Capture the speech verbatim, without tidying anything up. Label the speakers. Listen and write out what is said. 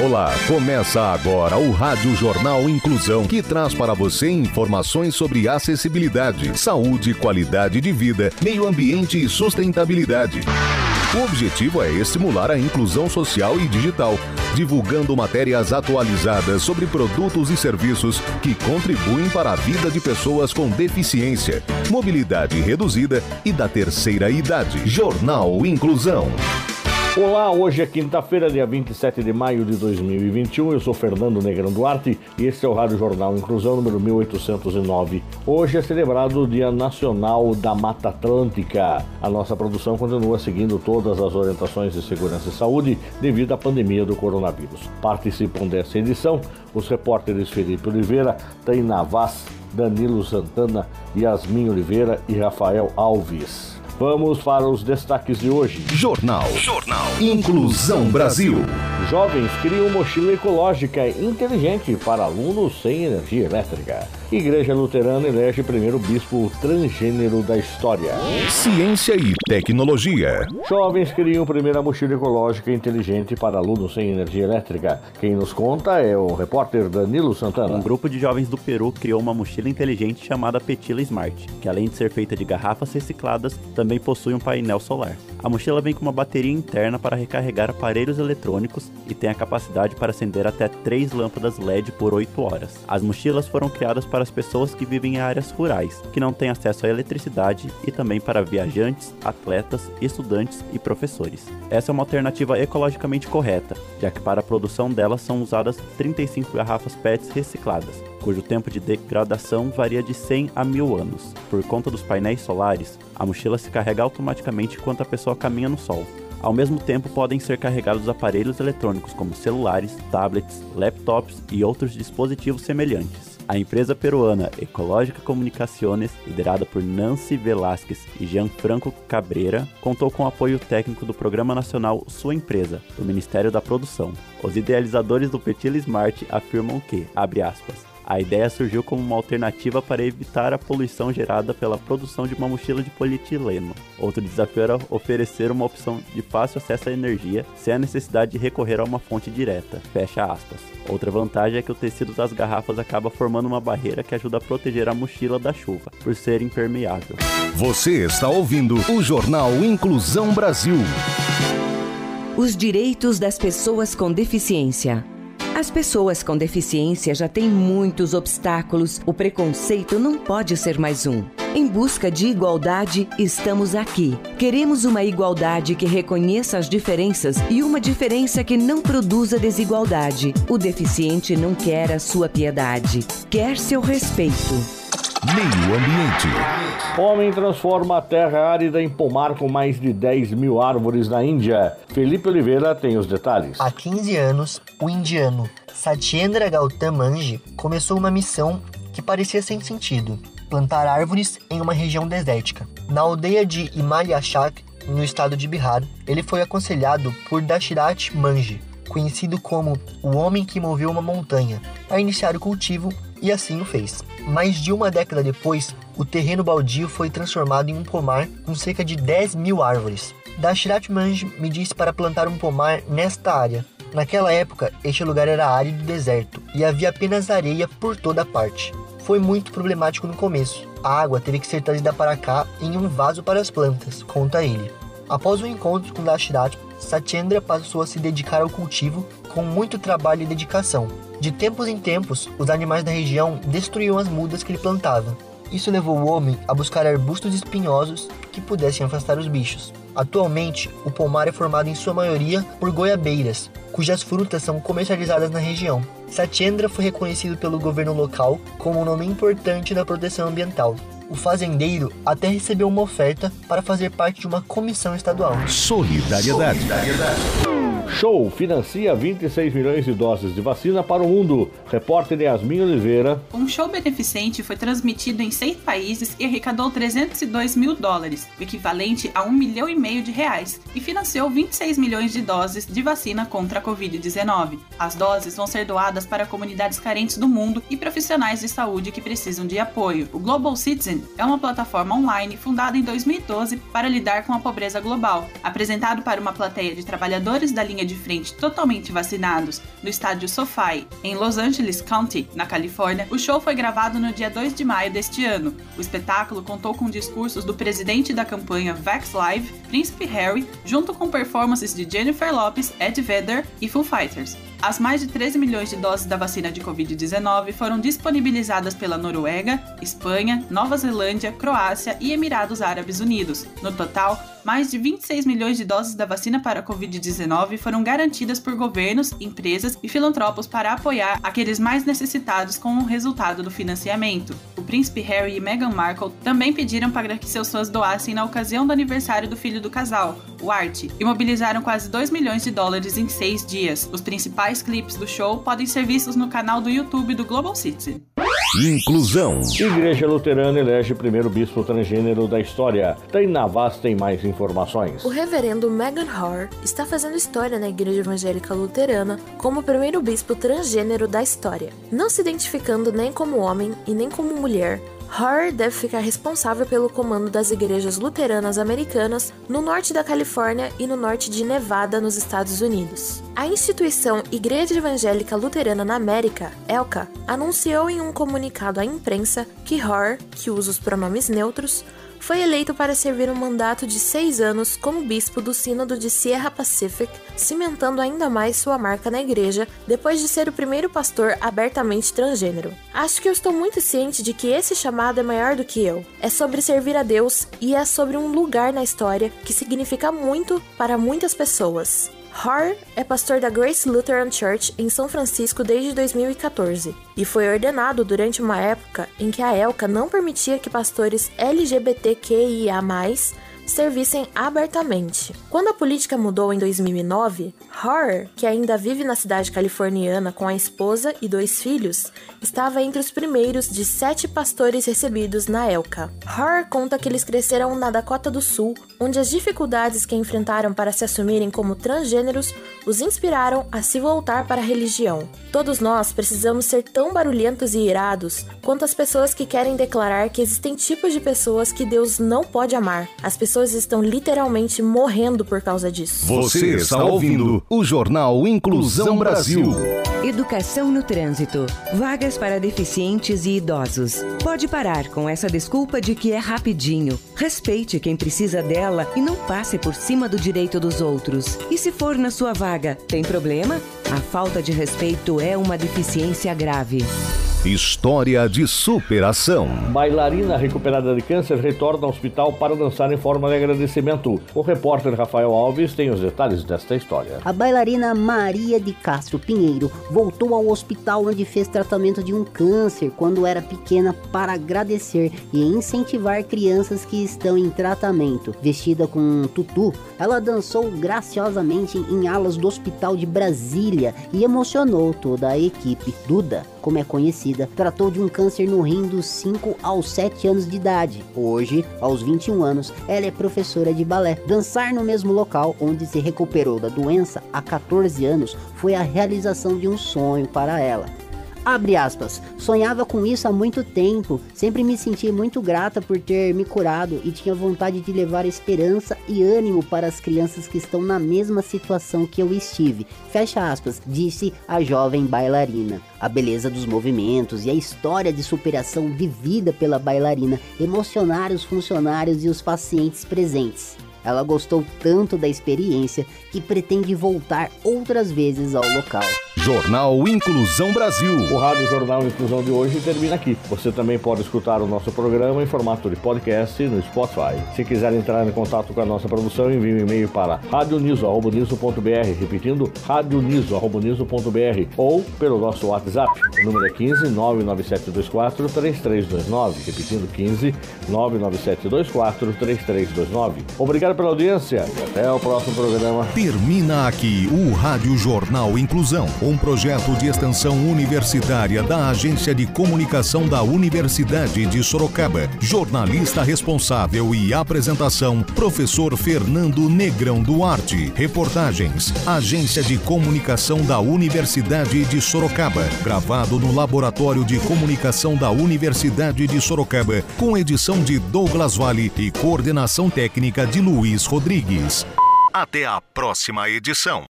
Speaker 1: Olá, começa agora o Rádio Jornal Inclusão, que traz para você informações sobre acessibilidade, saúde, qualidade de vida, meio ambiente e sustentabilidade. O objetivo é estimular a inclusão social e digital, divulgando matérias atualizadas sobre produtos e serviços que contribuem para a vida de pessoas com deficiência, mobilidade reduzida e da terceira idade. Jornal Inclusão.
Speaker 2: Olá, hoje é quinta-feira, dia vinte e sete de maio de dois mil e vinte e um. Eu sou Fernando Negrão Duarte e este é o Rádio Jornal Inclusão número mil oitocentos e nove. Hoje é celebrado o Dia Nacional da Mata Atlântica. A nossa produção continua seguindo todas as orientações de segurança e saúde devido à pandemia do coronavírus. Participam dessa edição os repórteres Felipe Oliveira, Tainá Vaz, Danilo Santana, Yasmin Oliveira e Rafael Alves. Vamos para os destaques de hoje.
Speaker 1: Jornal. Jornal. Inclusão Brasil.
Speaker 2: Jovens criam mochila ecológica inteligente para alunos sem energia elétrica. Igreja Luterana elege primeiro bispo transgênero da história.
Speaker 1: Ciência e tecnologia.
Speaker 2: Jovens criam primeira mochila ecológica inteligente para alunos sem energia elétrica. Quem nos conta é o repórter Danilo Santana.
Speaker 3: Um grupo de jovens do Peru criou uma mochila inteligente chamada Petila Smart, que além de ser feita de garrafas recicladas, também possui um painel solar. A mochila vem com uma bateria interna para recarregar aparelhos eletrônicos e tem a capacidade para acender até três lâmpadas L E D por oito horas. As mochilas foram criadas para as pessoas que vivem em áreas rurais, que não têm acesso à eletricidade, e também para viajantes, atletas, estudantes e professores. Essa é uma alternativa ecologicamente correta, já que para a produção delas são usadas trinta e cinco garrafas P E Ts recicladas, cujo tempo de degradação varia de cem a mil anos. Por conta dos painéis solares, a mochila se carrega automaticamente enquanto a pessoa caminha no sol. Ao mesmo tempo, podem ser carregados aparelhos eletrônicos como celulares, tablets, laptops e outros dispositivos semelhantes. A empresa peruana Ecológica Comunicaciones, liderada por Nancy Velázquez e Gianfranco Cabrera, contou com o apoio técnico do Programa Nacional Sua Empresa, do Ministério da Produção. Os idealizadores do Petila Smart afirmam que, abre aspas, a ideia surgiu como uma alternativa para evitar a poluição gerada pela produção de uma mochila de polietileno. Outro desafio era oferecer uma opção de fácil acesso à energia sem a necessidade de recorrer a uma fonte direta. Fecha aspas. Outra vantagem é que o tecido das garrafas acaba formando uma barreira que ajuda a proteger a mochila da chuva, por ser impermeável.
Speaker 1: Você está ouvindo o Jornal Inclusão Brasil.
Speaker 4: Os direitos das pessoas com deficiência. As pessoas com deficiência já têm muitos obstáculos. O preconceito não pode ser mais um. Em busca de igualdade, estamos aqui. Queremos uma igualdade que reconheça as diferenças e uma diferença que não produza desigualdade. O deficiente não quer a sua piedade, quer seu respeito.
Speaker 1: Meio ambiente.
Speaker 2: Homem transforma a terra árida em pomar com mais de dez mil árvores na Índia. Felipe Oliveira tem os detalhes.
Speaker 5: Há quinze anos, o indiano Satyendra Gautam Manji começou uma missão que parecia sem sentido: plantar árvores em uma região desértica. Na aldeia de Himalayashak, no estado de Bihar, ele foi aconselhado por Dashirat Manji, conhecido como o homem que moveu uma montanha, a iniciar o cultivo, e assim o fez. Mais de uma década depois, o terreno baldio foi transformado em um pomar com cerca de dez mil árvores. Dashirat Manji me disse para plantar um pomar nesta área. Naquela época, este lugar era árido e deserto, e havia apenas areia por toda parte. Foi muito problemático no começo. A água teve que ser trazida para cá em um vaso para as plantas, conta ele. Após o encontro com Dashirat, Satyendra passou a se dedicar ao cultivo com muito trabalho e dedicação. De tempos em tempos, os animais da região destruíam as mudas que ele plantava. Isso levou o homem a buscar arbustos espinhosos que pudessem afastar os bichos. Atualmente, o pomar é formado em sua maioria por goiabeiras, cujas frutas são comercializadas na região. Satyendra foi reconhecido pelo governo local como um nome importante na proteção ambiental. O fazendeiro até recebeu uma oferta para fazer parte de uma comissão estadual.
Speaker 1: Solidariedade. Solidariedade.
Speaker 2: Show financia vinte e seis milhões de doses de vacina para o mundo. Repórter Yasmin Oliveira.
Speaker 6: Um show beneficente foi transmitido em seis países e arrecadou trezentos e dois mil dólares, o equivalente a um milhão e meio de reais, e financiou vinte e seis milhões de doses de vacina contra a covid dezenove. As doses vão ser doadas para comunidades carentes do mundo e profissionais de saúde que precisam de apoio. O Global Citizen é uma plataforma online fundada em dois mil e doze para lidar com a pobreza global. Apresentado para uma plateia de trabalhadores da linha linha de frente totalmente vacinados no estádio SoFi, em Los Angeles County, na Califórnia, o show foi gravado no dia dois de maio deste ano. O espetáculo contou com discursos do presidente da campanha Vax Live, Príncipe Harry, junto com performances de Jennifer Lopez, Ed Vedder e Foo Fighters. As mais de treze milhões de doses da vacina de covid dezenove foram disponibilizadas pela Noruega, Espanha, Nova Zelândia, Croácia e Emirados Árabes Unidos. No total, mais de vinte e seis milhões de doses da vacina para a covid dezenove foram garantidas por governos, empresas e filantropos para apoiar aqueles mais necessitados com o resultado do financiamento. O príncipe Harry e Meghan Markle também pediram para que seus fãs doassem na ocasião do aniversário do filho do casal, o Archie, e mobilizaram quase dois milhões de dólares em seis dias. Os principais clipes do show podem ser vistos no canal do YouTube do Global Citizen.
Speaker 1: Inclusão.
Speaker 2: Igreja Luterana elege primeiro bispo transgênero da história. Tainá Vaz tem mais informações.
Speaker 7: O reverendo Megan Hoare está fazendo história na Igreja Evangélica Luterana como o primeiro bispo transgênero da história. Não se identificando nem como homem e nem como mulher, Hoare deve ficar responsável pelo comando das igrejas luteranas americanas no norte da Califórnia e no norte de Nevada, nos Estados Unidos. A instituição Igreja Evangélica Luterana na América, E L C A, anunciou em um comunicado à imprensa que Hoare, que usa os pronomes neutros, foi eleito para servir um mandato de seis anos como bispo do Sínodo de Sierra Pacific, cimentando ainda mais sua marca na igreja, depois de ser o primeiro pastor abertamente transgênero. Acho que eu estou muito ciente de que esse chamado é maior do que eu. É sobre servir a Deus e é sobre um lugar na história que significa muito para muitas pessoas. Hoare é pastor da Grace Lutheran Church em São Francisco desde dois mil e quatorze e foi ordenado durante uma época em que a E L C A não permitia que pastores L G B T Q I A mais, servissem abertamente. Quando a política mudou em dois mil e nove, Hoare, que ainda vive na cidade californiana com a esposa e dois filhos, estava entre os primeiros de sete pastores recebidos na E L C A. Hoare conta que eles cresceram na Dakota do Sul, onde as dificuldades que enfrentaram para se assumirem como transgêneros os inspiraram a se voltar para a religião. Todos nós precisamos ser tão barulhentos e irados quanto as pessoas que querem declarar que existem tipos de pessoas que Deus não pode amar. As pessoas estão literalmente morrendo por causa disso.
Speaker 1: Você está ouvindo o Jornal Inclusão Brasil.
Speaker 4: Educação no trânsito. Vagas para deficientes e idosos. Pode parar com essa desculpa de que é rapidinho. Respeite quem precisa dela e não passe por cima do direito dos outros. E se for na sua vaga, tem problema? A falta de respeito é uma deficiência grave.
Speaker 1: História de superação.
Speaker 2: Bailarina recuperada de câncer retorna ao hospital para dançar em forma de agradecimento. O repórter Rafael Alves tem os detalhes desta história.
Speaker 8: A bailarina Maria de Castro Pinheiro voltou ao hospital onde fez tratamento de um câncer quando era pequena para agradecer e incentivar crianças que estão em tratamento. Vestida com um tutu, ela dançou graciosamente em alas do Hospital de Brasília e emocionou toda a equipe. Duda, como é conhecida, tratou de um câncer no rim dos cinco aos sete anos de idade. Hoje, aos vinte e um anos, ela é professora de balé. Dançar no mesmo local onde se recuperou da doença há quatorze anos foi a realização de um sonho para ela. Abre aspas, sonhava com isso há muito tempo, sempre me senti muito grata por ter me curado e tinha vontade de levar esperança e ânimo para as crianças que estão na mesma situação que eu estive, fecha aspas, disse a jovem bailarina. A beleza dos movimentos e a história de superação vivida pela bailarina emocionaram os funcionários e os pacientes presentes. Ela gostou tanto da experiência que pretende voltar outras vezes ao local.
Speaker 1: Jornal Inclusão Brasil.
Speaker 2: O Rádio Jornal Inclusão de hoje termina aqui. Você também pode escutar o nosso programa em formato de podcast no Spotify. Se quiser entrar em contato com a nossa produção, envie um e-mail para radioniso arroba niso ponto br, repetindo radioniso arroba niso ponto br, ou pelo nosso WhatsApp. O número é quinze, nove nove sete dois quatro, três três dois nove, repetindo quinze, nove nove sete dois quatro, três três dois nove. Obrigado pela audiência e até o próximo programa.
Speaker 1: Termina aqui o Rádio Jornal Inclusão, um projeto de extensão universitária da Agência de Comunicação da Universidade de Sorocaba. Jornalista responsável e apresentação, professor Fernando Negrão Duarte. Reportagens, Agência de Comunicação da Universidade de Sorocaba. Gravado no Laboratório de Comunicação da Universidade de Sorocaba, com edição de Douglas Vale e coordenação técnica de Luiz Rodrigues. Até a próxima edição.